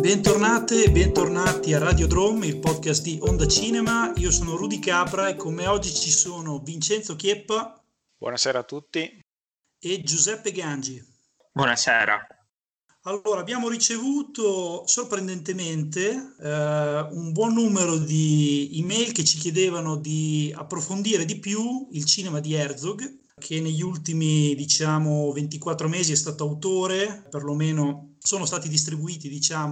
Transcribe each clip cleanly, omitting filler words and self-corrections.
Bentornate e bentornati a Radiodrome, il podcast di Onda Cinema. Io sono Rudy Capra e con me oggi ci sono Vincenzo Chieppa. Buonasera a tutti. E Giuseppe Gangi. Buonasera. Allora, abbiamo ricevuto sorprendentemente un buon numero di email che ci chiedevano di approfondire di più il cinema di Herzog, che negli ultimi, 24 mesi è stato autore, perlomeno sono stati distribuiti,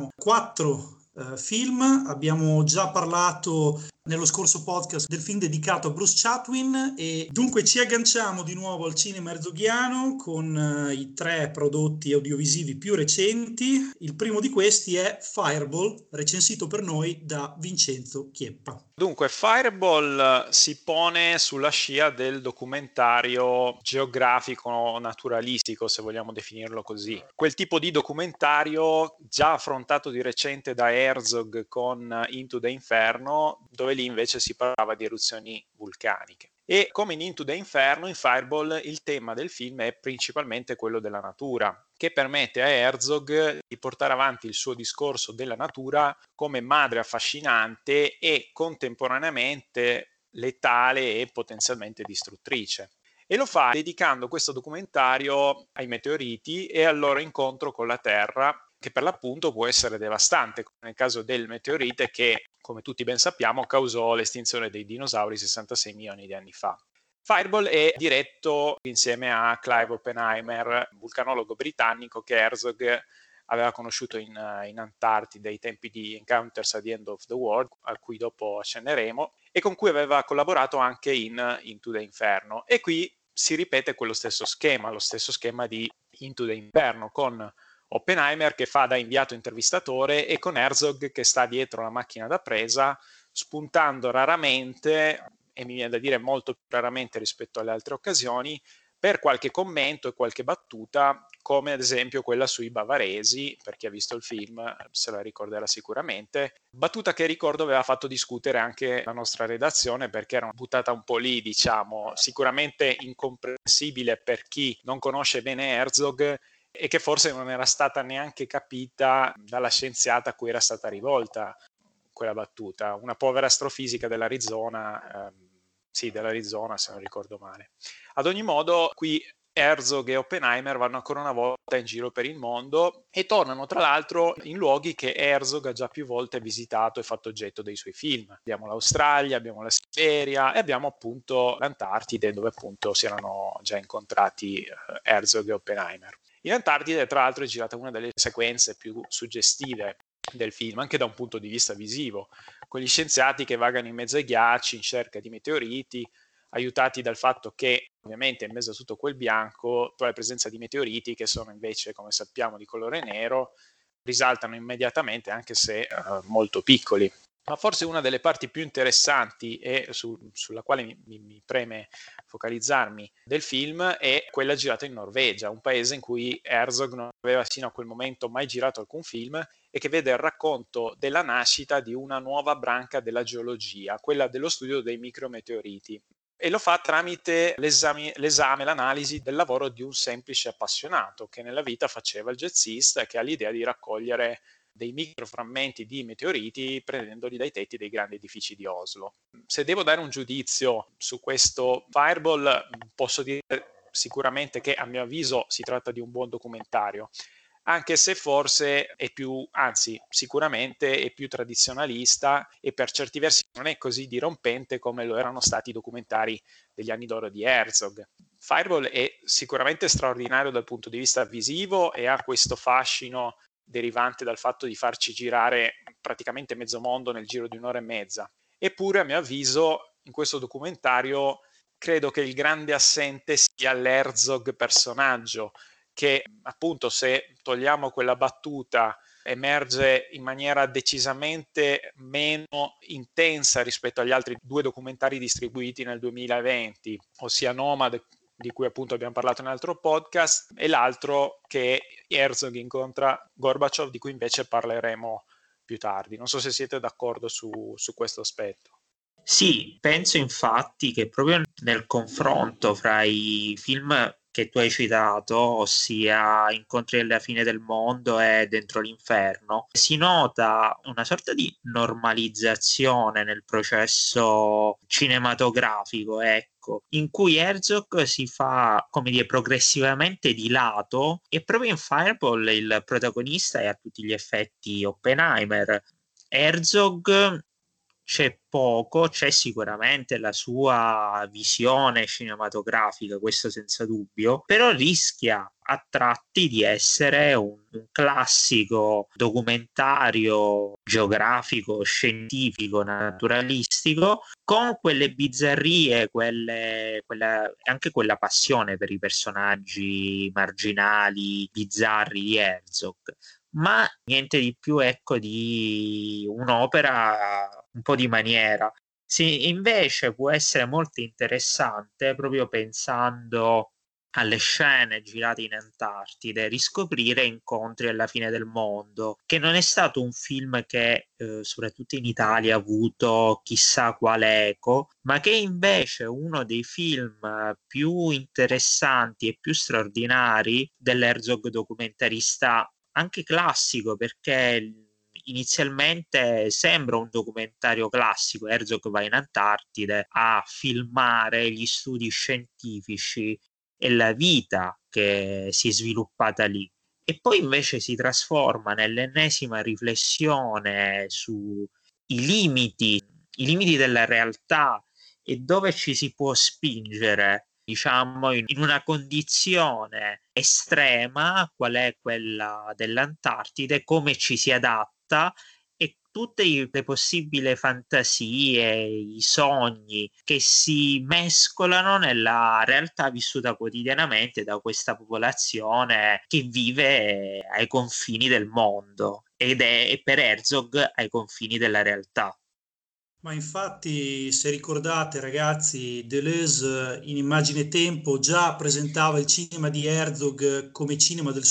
4 film. Abbiamo già parlato nello scorso podcast del film dedicato a Bruce Chatwin e dunque ci agganciamo di nuovo al cinema herzoghiano con i 3 prodotti audiovisivi più recenti. Il primo di questi è Fireball, recensito per noi da Vincenzo Chieppa. Dunque, Fireball si pone sulla scia del documentario geografico naturalistico, se vogliamo definirlo così. Quel tipo di documentario già affrontato di recente da Herzog con Into the Inferno, dove lì invece si parlava di eruzioni vulcaniche. E come in Into the Inferno, in Fireball il tema del film è principalmente quello della natura, che permette a Herzog di portare avanti il suo discorso della natura come madre affascinante e contemporaneamente letale e potenzialmente distruttrice. E lo fa dedicando questo documentario ai meteoriti e al loro incontro con la Terra, che per l'appunto può essere devastante, come nel caso del meteorite che, come tutti ben sappiamo, causò l'estinzione dei dinosauri 66 milioni di anni fa. Fireball è diretto insieme a Clive Oppenheimer, vulcanologo britannico che Herzog aveva conosciuto in Antartide ai tempi di Encounters at the End of the World, a cui dopo accenneremo, e con cui aveva collaborato anche in Into the Inferno. E qui si ripete quello stesso schema, lo stesso schema di Into the Inferno, con Oppenheimer che fa da inviato intervistatore e con Herzog che sta dietro la macchina da presa, spuntando raramente, e mi viene da dire molto più raramente rispetto alle altre occasioni, per qualche commento e qualche battuta, come ad esempio quella sui bavaresi, per chi ha visto il film se la ricorderà sicuramente, battuta che ricordo aveva fatto discutere anche la nostra redazione perché era buttata un po' lì, diciamo, sicuramente incomprensibile per chi non conosce bene Herzog e che forse non era stata neanche capita dalla scienziata a cui era stata rivolta quella battuta, una povera astrofisica dell'Arizona, dell'Arizona se non ricordo male. Ad ogni modo, qui Herzog e Oppenheimer vanno ancora una volta in giro per il mondo e tornano tra l'altro in luoghi che Herzog ha già più volte visitato e fatto oggetto dei suoi film. Abbiamo l'Australia, abbiamo la Siberia e abbiamo appunto l'Antartide, dove appunto si erano già incontrati Herzog e Oppenheimer. In Antartide, tra l'altro, è girata una delle sequenze più suggestive del film, anche da un punto di vista visivo, con gli scienziati che vagano in mezzo ai ghiacci in cerca di meteoriti, aiutati dal fatto che ovviamente in mezzo a tutto quel bianco la presenza di meteoriti che sono invece, come sappiamo, di colore nero, risaltano immediatamente anche se molto piccoli. Ma forse una delle parti più interessanti e sulla quale mi preme focalizzarmi del film è quella girata in Norvegia, un paese in cui Herzog non aveva sino a quel momento mai girato alcun film e che vede il racconto della nascita di una nuova branca della geologia, quella dello studio dei micrometeoriti. E lo fa tramite l'esame, l'analisi del lavoro di un semplice appassionato che nella vita faceva il jazzista e che ha l'idea di raccogliere dei microframmenti di meteoriti prendendoli dai tetti dei grandi edifici di Oslo. Se devo dare un giudizio su questo Fireball, posso dire sicuramente che a mio avviso si tratta di un buon documentario, anche se forse è più, anzi sicuramente è più tradizionalista e per certi versi non è così dirompente come lo erano stati i documentari degli anni d'oro di Herzog. Fireball è sicuramente straordinario dal punto di vista visivo e ha questo fascino derivante dal fatto di farci girare praticamente mezzo mondo nel giro di un'ora e mezza. Eppure, a mio avviso, in questo documentario credo che il grande assente sia l'Herzog personaggio, che appunto se togliamo quella battuta emerge in maniera decisamente meno intensa rispetto agli altri 2 documentari distribuiti nel 2020, ossia Nomad, di cui appunto abbiamo parlato in un altro podcast, e l'altro che Herzog incontra Gorbaciov, di cui invece parleremo più tardi. Non so se siete d'accordo su questo aspetto. Sì, penso infatti che proprio nel confronto fra i film che tu hai citato, ossia Incontri alla fine del mondo e Dentro l'inferno, si nota una sorta di normalizzazione nel processo cinematografico, ecco, in cui Herzog si fa, come dire, progressivamente di lato, e proprio in Fireball il protagonista è a tutti gli effetti Oppenheimer. Herzog c'è poco, c'è sicuramente la sua visione cinematografica, questo senza dubbio, però rischia a tratti di essere un classico documentario geografico, scientifico, naturalistico, con quelle bizzarrie, anche quella passione per i personaggi marginali, bizzarri di Herzog, ma niente di più, ecco, di un'opera un po' di maniera. Sì, invece può essere molto interessante, proprio pensando alle scene girate in Antartide, riscoprire Incontri alla fine del mondo, che non è stato un film che soprattutto in Italia ha avuto chissà quale eco, ma che invece è uno dei film più interessanti e più straordinari dell'Herzog documentarista, anche classico, perché inizialmente sembra un documentario classico. Herzog va in Antartide a filmare gli studi scientifici e la vita che si è sviluppata lì, e poi invece si trasforma nell'ennesima riflessione sui limiti della realtà e dove ci si può spingere, diciamo, in una condizione estrema, qual è quella dell'Antartide, come ci si adatta, e tutte le possibili fantasie, i sogni che si mescolano nella realtà vissuta quotidianamente da questa popolazione che vive ai confini del mondo ed è per Herzog ai confini della realtà. Ma infatti, se ricordate ragazzi, Deleuze in Immagine e Tempo già presentava il cinema di Herzog come cinema del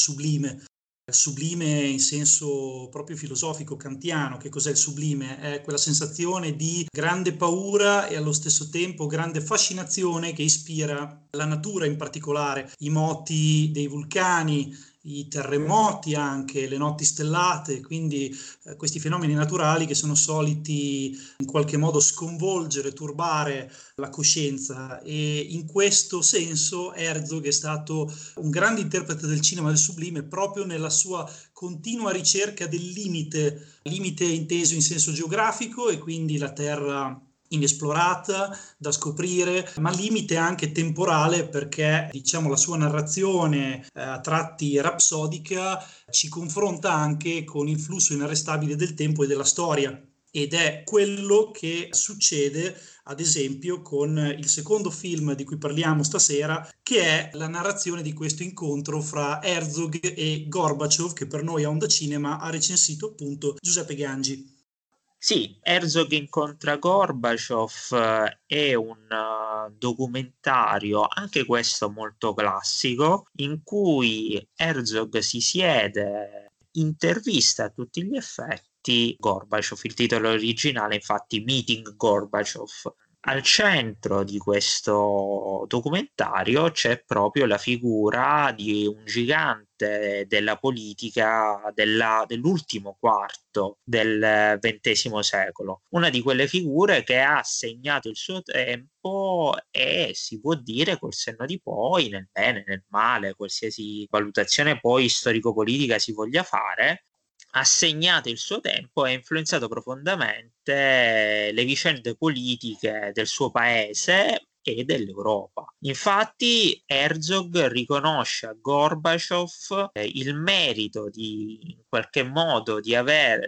sublime in senso proprio filosofico kantiano. Che cos'è il sublime? È quella sensazione di grande paura e allo stesso tempo grande fascinazione che ispira la natura, in particolare i moti dei vulcani, i terremoti, anche le notti stellate, quindi questi fenomeni naturali che sono soliti in qualche modo sconvolgere, turbare la coscienza, e in questo senso Herzog è stato un grande interprete del cinema del sublime proprio nella sua continua ricerca del limite inteso in senso geografico, e quindi la terra inesplorata da scoprire, ma limite anche temporale, perché diciamo la sua narrazione a tratti rapsodica ci confronta anche con il flusso inarrestabile del tempo e della storia, ed è quello che succede ad esempio con il secondo film di cui parliamo stasera, che è la narrazione di questo incontro fra Herzog e Gorbaciov, che per noi a Onda Cinema ha recensito appunto Giuseppe Gangi. Sì, Herzog incontra Gorbaciov è un documentario, anche questo molto classico, in cui Herzog si siede, intervista a tutti gli effetti Gorbaciov. Il titolo originale, infatti, Meeting Gorbaciov. Al centro di questo documentario c'è proprio la figura di un gigante della politica dell'ultimo quarto del XX secolo, una di quelle figure che ha segnato il suo tempo e si può dire col senno di poi, nel bene, nel male, qualsiasi valutazione poi storico-politica si voglia fare, ha segnato il suo tempo e ha influenzato profondamente le vicende politiche del suo paese e dell'Europa. Infatti Herzog riconosce a Gorbaciov il merito in qualche modo di aver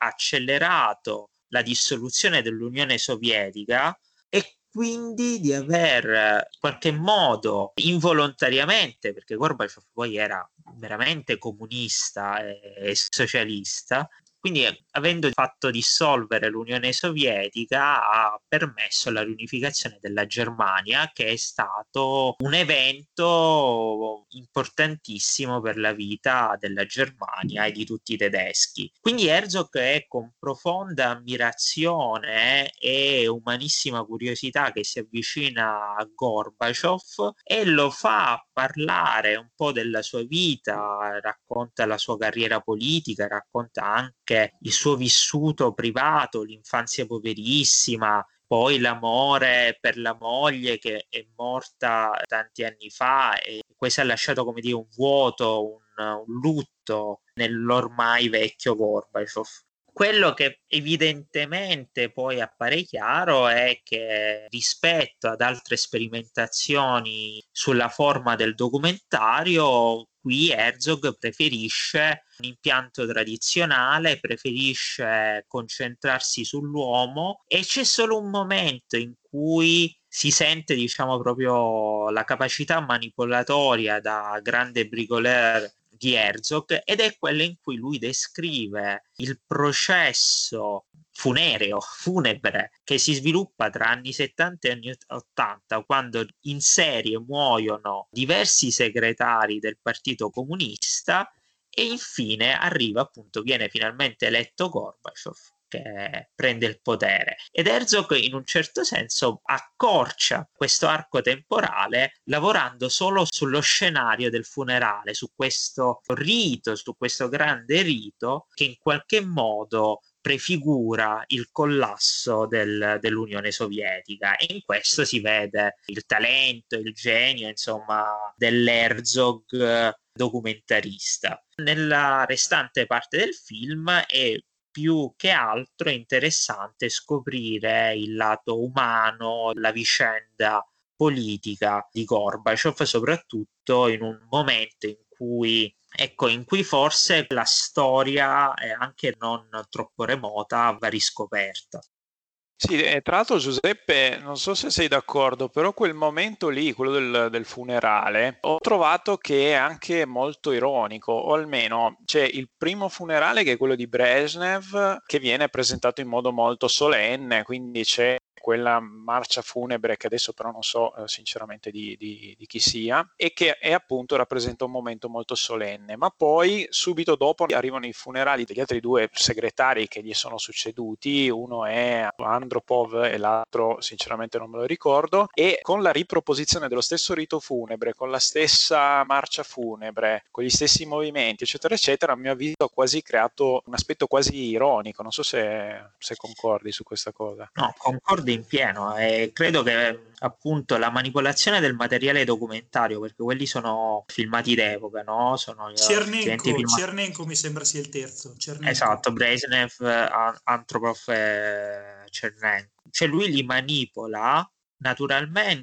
accelerato la dissoluzione dell'Unione Sovietica, e quindi di aver in qualche modo involontariamente, perché Gorbaciov poi era veramente comunista e socialista, Quindi, avendo fatto dissolvere l'Unione Sovietica, ha permesso la riunificazione della Germania, che è stato un evento importantissimo per la vita della Germania e di tutti i tedeschi. Quindi Herzog è con profonda ammirazione e umanissima curiosità che si avvicina a Gorbaciov e lo fa parlare un po' della sua vita, racconta la sua carriera politica, racconta anche il suo vissuto privato, l'infanzia poverissima, poi l'amore per la moglie che è morta tanti anni fa, e questo ha lasciato, come dire, un vuoto, un lutto nell'ormai vecchio Gorbaciov. Quello che evidentemente poi appare chiaro è che rispetto ad altre sperimentazioni sulla forma del documentario, qui Herzog preferisce un impianto tradizionale, preferisce concentrarsi sull'uomo, e c'è solo un momento in cui si sente, diciamo, proprio la capacità manipolatoria da grande bricoleur di Herzog, ed è quella in cui lui descrive il processo funebre che si sviluppa tra anni 70 e anni 80, quando in serie muoiono diversi segretari del Partito Comunista e infine arriva, appunto, viene finalmente eletto Gorbaciov, che prende il potere. Ed Herzog in un certo senso accorcia questo arco temporale lavorando solo sullo scenario del funerale, su questo rito, su questo grande rito che in qualche modo prefigura il collasso dell'Unione Sovietica, e in questo si vede il talento, il genio, insomma, dell'Herzog documentarista. Nella restante parte del film è più che altro interessante scoprire il lato umano, la vicenda politica di Gorbaciov, soprattutto in un momento in cui forse la storia, anche non troppo remota, va riscoperta. Sì, e tra l'altro Giuseppe, non so se sei d'accordo, però quel momento lì, quello del funerale, ho trovato che è anche molto ironico, o almeno c'è il primo funerale che è quello di Brezhnev, che viene presentato in modo molto solenne, quindi c'è quella marcia funebre che adesso però non so sinceramente di chi sia, e che è appunto rappresenta un momento molto solenne, ma poi subito dopo arrivano i funerali degli altri due segretari che gli sono succeduti, uno è Andropov e l'altro sinceramente non me lo ricordo, e con la riproposizione dello stesso rito funebre, con la stessa marcia funebre, con gli stessi movimenti eccetera eccetera, a mio avviso ha quasi creato un aspetto quasi ironico, non so se concordi su questa cosa. No, concordo in pieno, e credo che appunto la manipolazione del materiale documentario, perché quelli sono filmati d'epoca, no? Sono Chernenko mi sembra sia il terzo. Chernenko. Esatto, Brezhnev, Andropov e Chernenko. Cioè lui li manipola naturalmente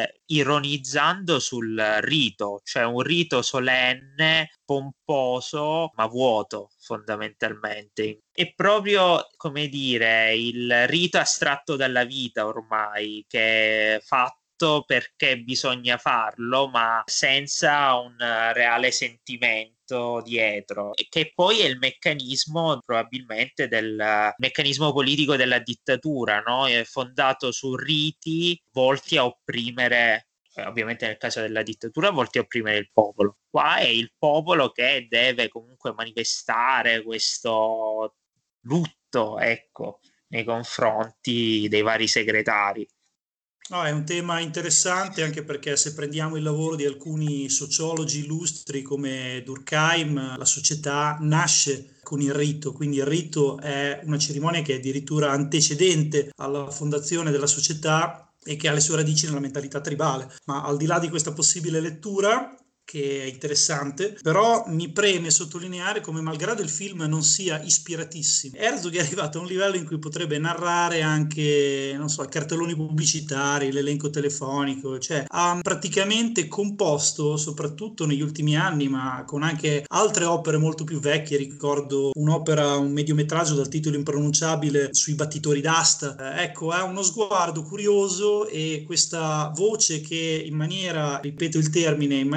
ironizzando sul rito, cioè un rito solenne, pomposo, ma vuoto fondamentalmente. È proprio, come dire, il rito astratto dalla vita ormai, che è fatto perché bisogna farlo, ma senza un reale sentimento dietro, e che poi è il meccanismo probabilmente del meccanismo politico della dittatura, no? È fondato su riti volti a opprimere, ovviamente nel caso della dittatura, volti a opprimere il popolo. Qua è il popolo che deve comunque manifestare questo lutto, ecco, nei confronti dei vari segretari. No, è un tema interessante anche perché se prendiamo il lavoro di alcuni sociologi illustri come Durkheim, la società nasce con il rito, quindi il rito è una cerimonia che è addirittura antecedente alla fondazione della società e che ha le sue radici nella mentalità tribale. Ma al di là di questa possibile lettura, che è interessante, però mi preme sottolineare come malgrado il film non sia ispiratissimo, Herzog è arrivato a un livello in cui potrebbe narrare anche, non so, i cartelloni pubblicitari, l'elenco telefonico, cioè ha praticamente composto, soprattutto negli ultimi anni, ma con anche altre opere molto più vecchie, ricordo un mediometraggio dal titolo impronunciabile sui battitori d'asta, ecco, ha uno sguardo curioso e questa voce che in maniera, ripeto il termine, in maniera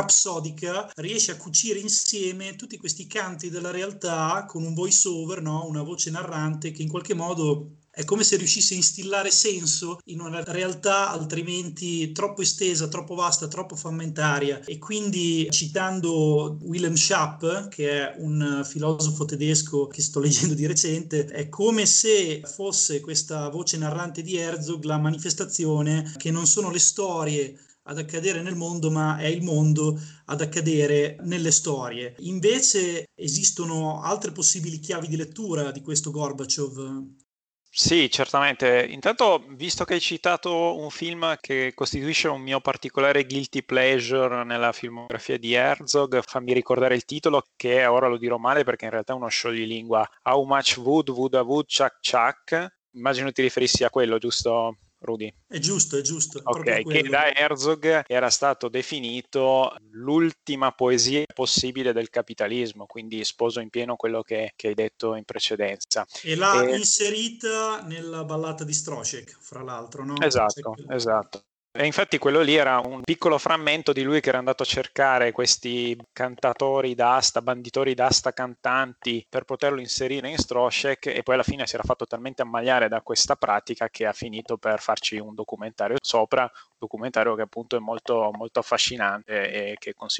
rapsodica, riesce a cucire insieme tutti questi canti della realtà con un voice over, no? Una voce narrante che in qualche modo è come se riuscisse a instillare senso in una realtà altrimenti troppo estesa, troppo vasta, troppo frammentaria. E quindi, citando Wilhelm Schaap, che è un filosofo tedesco che sto leggendo di recente, è come se fosse questa voce narrante di Herzog la manifestazione che non sono le storie ad accadere nel mondo, ma è il mondo ad accadere nelle storie. Invece esistono altre possibili chiavi di lettura di questo Gorbaciov? Sì, certamente. Intanto, visto che hai citato un film che costituisce un mio particolare guilty pleasure nella filmografia di Herzog, fammi ricordare il titolo, che ora lo dirò male perché in realtà è uno scioglilingua. How much wood, wood a wood, chuck chuck. Immagino ti riferissi a quello, giusto, Rudy? È giusto, proprio Ok, che quello. da Herzog era stato definito l'ultima poesia possibile del capitalismo, quindi sposo in pieno quello che hai detto in precedenza. E l'ha inserita nella ballata di Strosek, fra l'altro, no? Esatto. E infatti quello lì era un piccolo frammento di lui che era andato a cercare questi cantatori d'asta, banditori d'asta cantanti per poterlo inserire in Strosek, e poi alla fine si era fatto talmente ammaliare da questa pratica che ha finito per farci un documentario sopra, un documentario che appunto è molto, molto affascinante e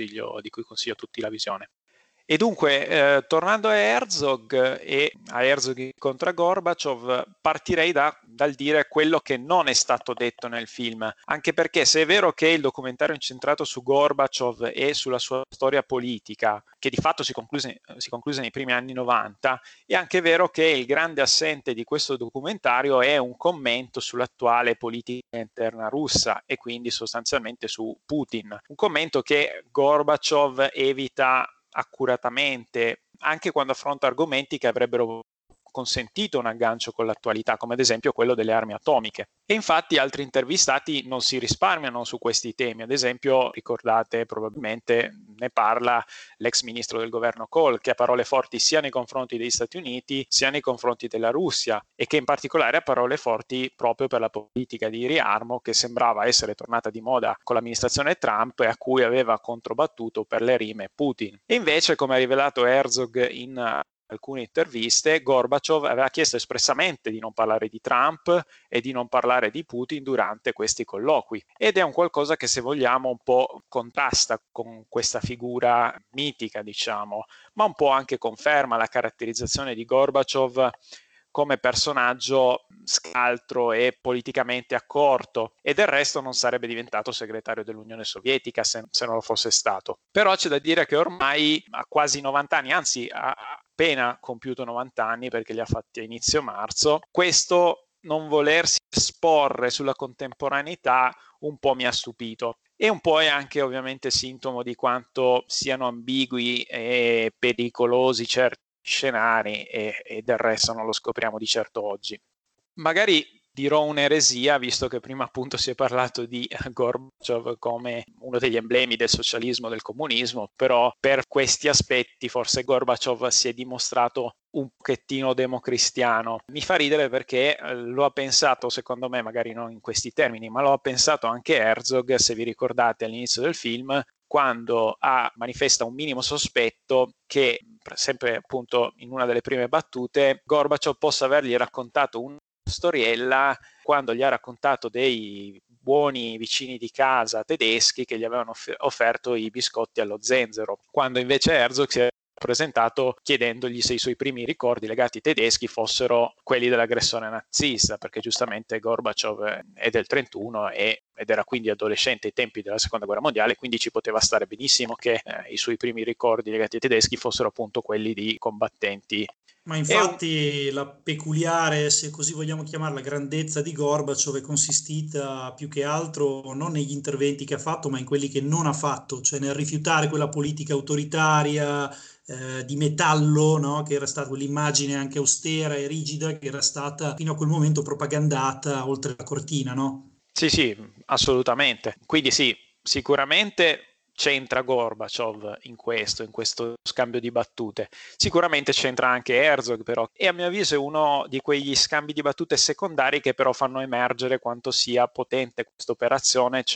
di cui consiglio a tutti la visione. E dunque, tornando a Herzog e a Herzog contro Gorbaciov, partirei dal dire quello che non è stato detto nel film, anche perché se è vero che il documentario è incentrato su Gorbaciov e sulla sua storia politica, che di fatto si concluse nei primi anni 90, è anche vero che il grande assente di questo documentario è un commento sull'attuale politica interna russa e quindi sostanzialmente su Putin, un commento che Gorbaciov evita accuratamente, anche quando affronta argomenti che avrebbero consentito un aggancio con l'attualità, come ad esempio quello delle armi atomiche. E infatti altri intervistati non si risparmiano su questi temi. Ad esempio, ricordate probabilmente, ne parla l'ex ministro del governo Kohl, che ha parole forti sia nei confronti degli Stati Uniti sia nei confronti della Russia, e che in particolare ha parole forti proprio per la politica di riarmo che sembrava essere tornata di moda con l'amministrazione Trump e a cui aveva controbattuto per le rime Putin. E invece, come ha rivelato Herzog in alcune interviste, Gorbaciov aveva chiesto espressamente di non parlare di Trump e di non parlare di Putin durante questi colloqui, ed è un qualcosa che, se vogliamo, un po' contrasta con questa figura mitica, diciamo, ma un po' anche conferma la caratterizzazione di Gorbaciov come personaggio scaltro e politicamente accorto, e del resto non sarebbe diventato segretario dell'Unione Sovietica se non lo fosse stato. Però c'è da dire che ormai ha quasi 90 anni, anzi ha appena compiuto 90 anni perché li ha fatti a inizio marzo. Questo non volersi esporre sulla contemporaneità un po' mi ha stupito. E un po' è anche ovviamente sintomo di quanto siano ambigui e pericolosi certi scenari, e del resto non lo scopriamo di certo oggi. Magari dirò un'eresia, visto che prima appunto si è parlato di Gorbaciov come uno degli emblemi del socialismo, del comunismo, però per questi aspetti forse Gorbaciov si è dimostrato un pochettino democristiano. Mi fa ridere perché lo ha pensato, secondo me, magari non in questi termini, ma lo ha pensato anche Herzog, se vi ricordate all'inizio del film, quando manifesta un minimo sospetto che, sempre appunto in una delle prime battute, Gorbaciov possa avergli raccontato una storiella quando gli ha raccontato dei buoni vicini di casa tedeschi che gli avevano offerto i biscotti allo zenzero, quando invece Herzog si è presentato chiedendogli se i suoi primi ricordi legati ai tedeschi fossero quelli dell'aggressione nazista, perché giustamente Gorbaciov è del 31 ed era quindi adolescente ai tempi della seconda guerra mondiale, quindi ci poteva stare benissimo che i suoi primi ricordi legati ai tedeschi fossero appunto quelli di combattenti. Ma infatti la peculiare, se così vogliamo chiamarla, grandezza di Gorbaciov è consistita più che altro non negli interventi che ha fatto, ma in quelli che non ha fatto, cioè nel rifiutare quella politica autoritaria di metallo, no? Che era stata quell'immagine anche austera e rigida che era stata fino a quel momento propagandata oltre la cortina, no? Sì, assolutamente. Quindi sì, sicuramente c'entra Gorbaciov in questo scambio di battute. Sicuramente c'entra anche Herzog, però, e a mio avviso è uno di quegli scambi di battute secondari che però fanno emergere quanto sia potente questa operazione, cioè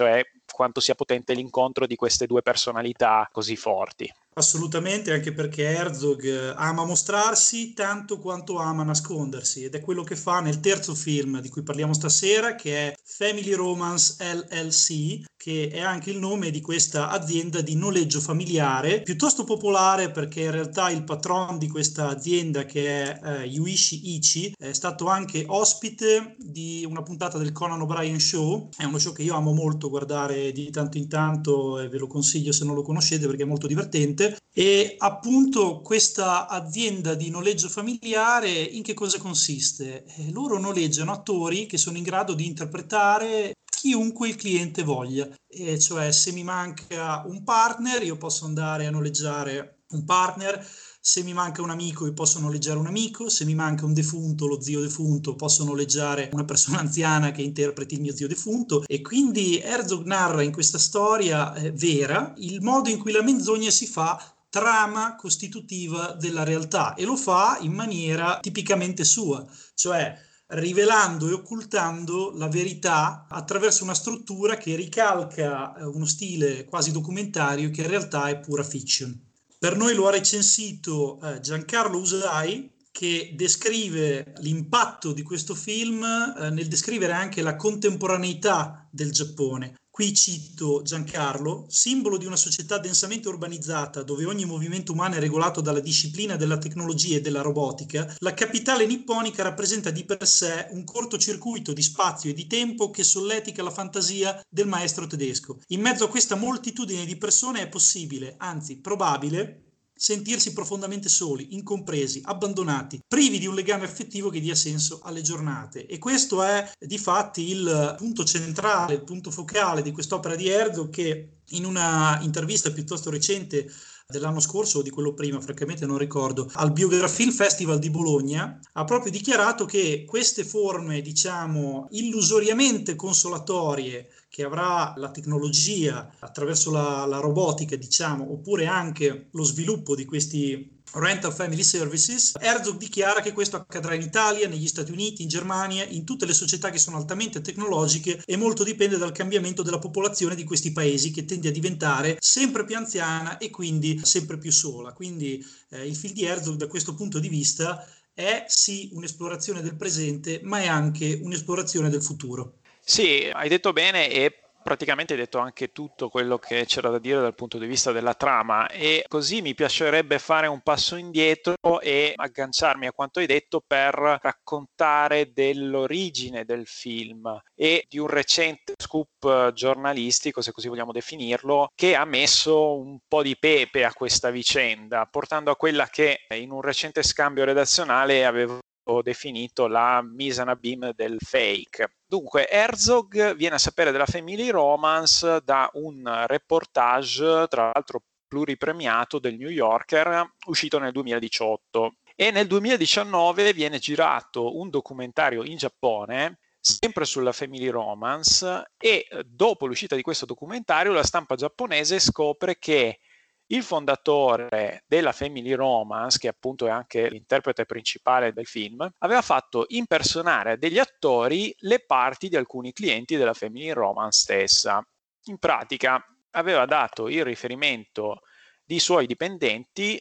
quanto sia potente l'incontro di queste due personalità così forti. Assolutamente, anche perché Herzog ama mostrarsi tanto quanto ama nascondersi, ed è quello che fa nel terzo film di cui parliamo stasera, che è Family Romance LLC, che è anche il nome di questa azienda di noleggio familiare, piuttosto popolare perché in realtà il patron di questa azienda, che è Yuichi Ichi, è stato anche ospite di una puntata del Conan O'Brien Show. È uno show che io amo molto guardare di tanto in tanto e ve lo consiglio se non lo conoscete perché è molto divertente. E appunto questa azienda di noleggio familiare in che cosa consiste? Loro noleggiano attori che sono in grado di interpretare chiunque il cliente voglia, e cioè se mi manca un partner io posso andare a noleggiare un partner, se mi manca un amico io posso noleggiare un amico, se mi manca un defunto, lo zio defunto, posso noleggiare una persona anziana che interpreti il mio zio defunto. E quindi Herzog narra in questa storia vera il modo in cui la menzogna si fa trama costitutiva della realtà, e lo fa in maniera tipicamente sua, cioè rivelando e occultando la verità attraverso una struttura che ricalca uno stile quasi documentario che in realtà è pura fiction. Per noi lo ha recensito Giancarlo Usai, che descrive l'impatto di questo film nel descrivere anche la contemporaneità del Giappone. Qui cito Giancarlo: simbolo di una società densamente urbanizzata dove ogni movimento umano è regolato dalla disciplina della tecnologia e della robotica, la capitale nipponica rappresenta di per sé un cortocircuito di spazio e di tempo che solletica la fantasia del maestro tedesco. In mezzo a questa moltitudine di persone è possibile, anzi probabile, sentirsi profondamente soli, incompresi, abbandonati, privi di un legame affettivo che dia senso alle giornate. E questo è difatti il punto centrale, il punto focale di quest'opera di Herzog, che in una intervista piuttosto recente dell'anno scorso o di quello prima, francamente non ricordo, al Biografilm Festival di Bologna, ha proprio dichiarato che queste forme, diciamo, illusoriamente consolatorie che avrà la tecnologia attraverso la robotica, diciamo, oppure anche lo sviluppo di questi rental family services, Herzog dichiara che questo accadrà in Italia, negli Stati Uniti, in Germania, in tutte le società che sono altamente tecnologiche, e molto dipende dal cambiamento della popolazione di questi paesi, che tende a diventare sempre più anziana e quindi sempre più sola. Quindi il film di Herzog da questo punto di vista è sì un'esplorazione del presente, ma è anche un'esplorazione del futuro. Sì, hai detto bene, e praticamente hai detto anche tutto quello che c'era da dire dal punto di vista della trama, e così mi piacerebbe fare un passo indietro e agganciarmi a quanto hai detto per raccontare dell'origine del film e di un recente scoop giornalistico, se così vogliamo definirlo, che ha messo un po' di pepe a questa vicenda, portando a quella che in un recente scambio redazionale avevo definito la mise en abîme del fake. Dunque, Herzog viene a sapere della Family Romance da un reportage, tra l'altro pluripremiato, del New Yorker, uscito nel 2018. E nel 2019 viene girato un documentario in Giappone, sempre sulla Family Romance, e dopo l'uscita di questo documentario la stampa giapponese scopre che il fondatore della Family Romance, che appunto è anche l'interprete principale del film, aveva fatto impersonare a degli attori le parti di alcuni clienti della Family Romance stessa. In pratica aveva dato il riferimento di suoi dipendenti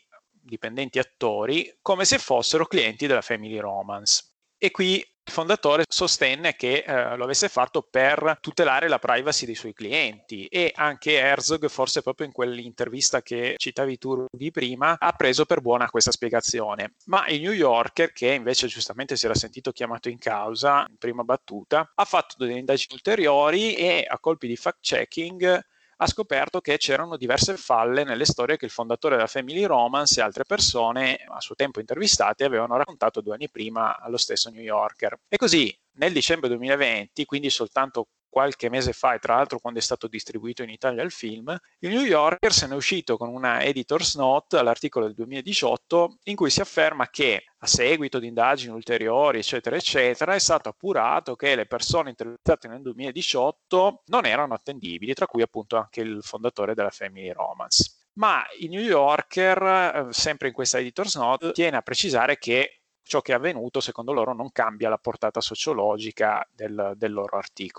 attori, come se fossero clienti della Family Romance. E qui il fondatore sostenne che lo avesse fatto per tutelare la privacy dei suoi clienti, e anche Herzog, forse proprio in quell'intervista che citavi tu di prima, ha preso per buona questa spiegazione. Ma il New Yorker, che invece giustamente si era sentito chiamato in causa in prima battuta, ha fatto delle indagini ulteriori e a colpi di fact-checking ha scoperto che c'erano diverse falle nelle storie che il fondatore della Family Romance e altre persone a suo tempo intervistate avevano raccontato 2 anni prima allo stesso New Yorker. E così nel dicembre 2020, quindi soltanto qualche mese fa, e tra l'altro quando è stato distribuito in Italia il film, il New Yorker se ne è uscito con una editor's note all'articolo del 2018 in cui si afferma che a seguito di indagini ulteriori eccetera eccetera è stato appurato che le persone intervistate nel 2018 non erano attendibili, tra cui appunto anche il fondatore della Family Romance. Ma il New Yorker, sempre in questa editor's note, tiene a precisare che ciò che è avvenuto secondo loro non cambia la portata sociologica del loro articolo.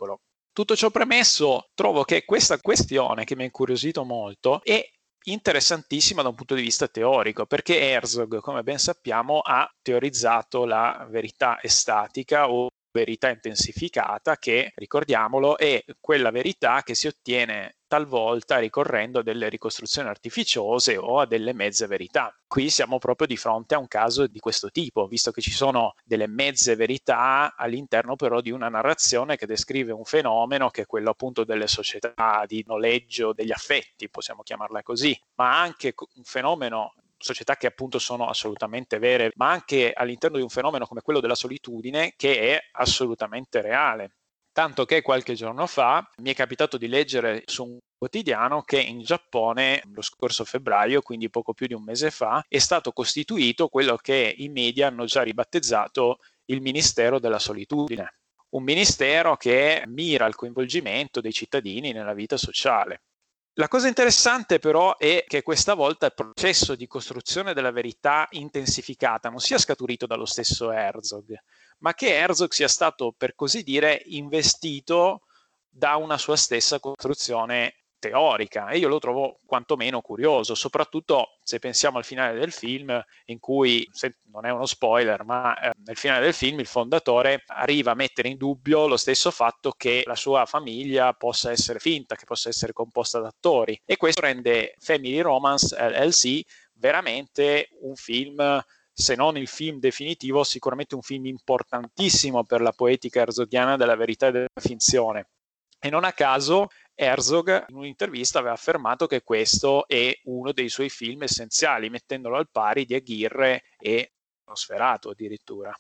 Tutto ciò premesso, trovo che questa questione, che mi ha incuriosito molto, è interessantissima da un punto di vista teorico, perché Herzog, come ben sappiamo, ha teorizzato la verità estatica o verità intensificata, che, ricordiamolo, è quella verità che si ottiene talvolta ricorrendo a delle ricostruzioni artificiose o a delle mezze verità. Qui siamo proprio di fronte a un caso di questo tipo, visto che ci sono delle mezze verità all'interno però di una narrazione che descrive un fenomeno che è quello appunto delle società di noleggio degli affetti, possiamo chiamarla così, ma anche un fenomeno, società che appunto sono assolutamente vere, ma anche all'interno di un fenomeno come quello della solitudine che è assolutamente reale. Tanto che qualche giorno fa mi è capitato di leggere su un quotidiano che in Giappone lo scorso febbraio, quindi poco più di un mese fa, è stato costituito quello che i media hanno già ribattezzato il Ministero della Solitudine. Un ministero che mira al coinvolgimento dei cittadini nella vita sociale. La cosa interessante però è che questa volta il processo di costruzione della verità intensificata non sia scaturito dallo stesso Herzog, ma che Herzog sia stato, per così dire, investito da una sua stessa costruzione teorica, e io lo trovo quantomeno curioso, soprattutto se pensiamo al finale del film, in cui, non è uno spoiler, ma nel finale del film il fondatore arriva a mettere in dubbio lo stesso fatto che la sua famiglia possa essere finta, che possa essere composta da attori, e questo rende Family Romance LLC veramente un film, se non il film definitivo, sicuramente un film importantissimo per la poetica herzoghiana della verità e della finzione. E non a caso Herzog in un'intervista aveva affermato che questo è uno dei suoi film essenziali, mettendolo al pari di Aguirre e Nosferatu addirittura.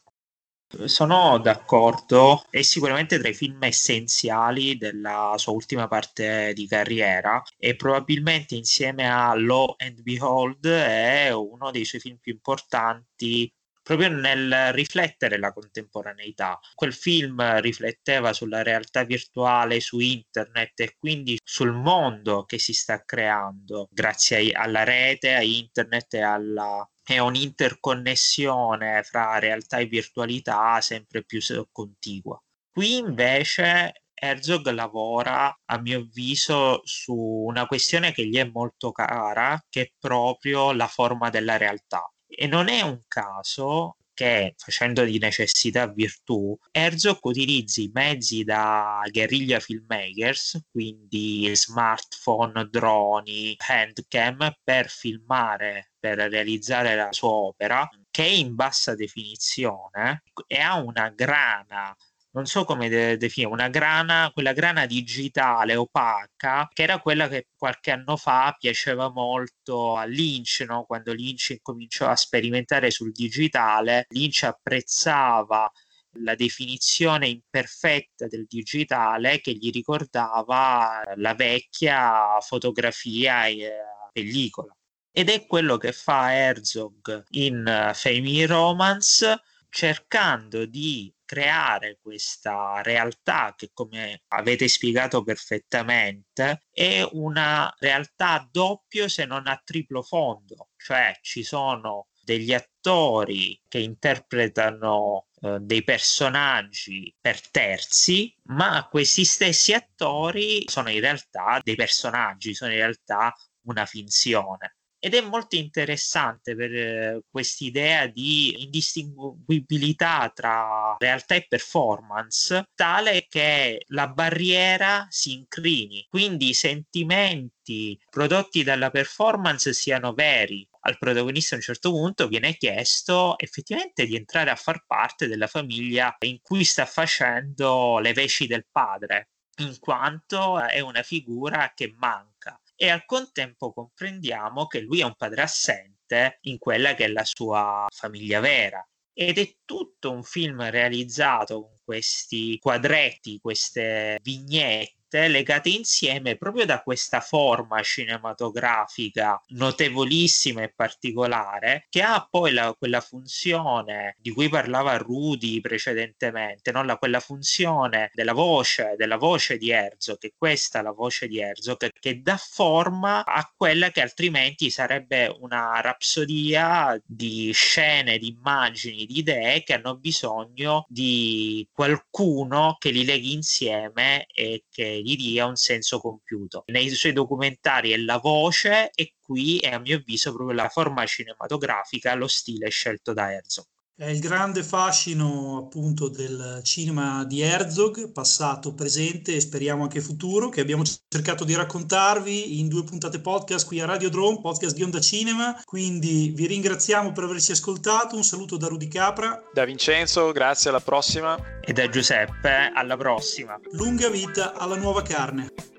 Sono d'accordo, è sicuramente tra i film essenziali della sua ultima parte di carriera e probabilmente insieme a Lo and Behold è uno dei suoi film più importanti proprio nel riflettere la contemporaneità. Quel film rifletteva sulla realtà virtuale, su internet e quindi sul mondo che si sta creando grazie alla rete, a internet e è un'interconnessione fra realtà e virtualità sempre più contigua. Qui invece Herzog lavora, a mio avviso, su una questione che gli è molto cara, che è proprio la forma della realtà. E non è un caso che, facendo di necessità virtù, Herzog utilizzi mezzi da guerriglia filmmakers, quindi smartphone, droni, handcam, per filmare, per realizzare la sua opera, che è in bassa definizione e ha una grana, non so come definire, una grana, quella grana digitale opaca, che era quella che qualche anno fa piaceva molto a Lynch, no? Quando Lynch cominciò a sperimentare sul digitale, Lynch apprezzava la definizione imperfetta del digitale che gli ricordava la vecchia fotografia a pellicola. Ed è quello che fa Herzog in Family Romance, cercando di creare questa realtà che, come avete spiegato perfettamente, è una realtà a doppio se non a triplo fondo, cioè ci sono degli attori che interpretano dei personaggi per terzi, ma questi stessi attori sono in realtà dei personaggi, sono in realtà una finzione. Ed è molto interessante per quest'idea di indistinguibilità tra realtà e performance, tale che la barriera si incrini, quindi i sentimenti prodotti dalla performance siano veri. Al protagonista a un certo punto viene chiesto effettivamente di entrare a far parte della famiglia in cui sta facendo le veci del padre, in quanto è una figura che manca. E al contempo comprendiamo che lui è un padre assente in quella che è la sua famiglia vera. Ed è tutto un film realizzato con questi quadretti, queste vignette scelte legate insieme proprio da questa forma cinematografica notevolissima e particolare, che ha poi quella funzione di cui parlava Rudy precedentemente, no? Quella funzione della voce di Herzog, che questa è la voce di Herzog, che dà forma a quella che altrimenti sarebbe una rapsodia di scene, di immagini, di idee che hanno bisogno di qualcuno che li leghi insieme e che gli dia un senso compiuto. Nei suoi documentari è la voce, e qui è a mio avviso proprio la forma cinematografica, lo stile scelto da Herzog. È il grande fascino appunto del cinema di Herzog, passato, presente e speriamo anche futuro, che abbiamo cercato di raccontarvi in 2 puntate podcast qui a Radio Drone, podcast di Onda Cinema. Quindi vi ringraziamo per averci ascoltato, un saluto da Rudy Capra. Da Vincenzo, grazie, alla prossima. E da Giuseppe, alla prossima. Lunga vita alla nuova carne.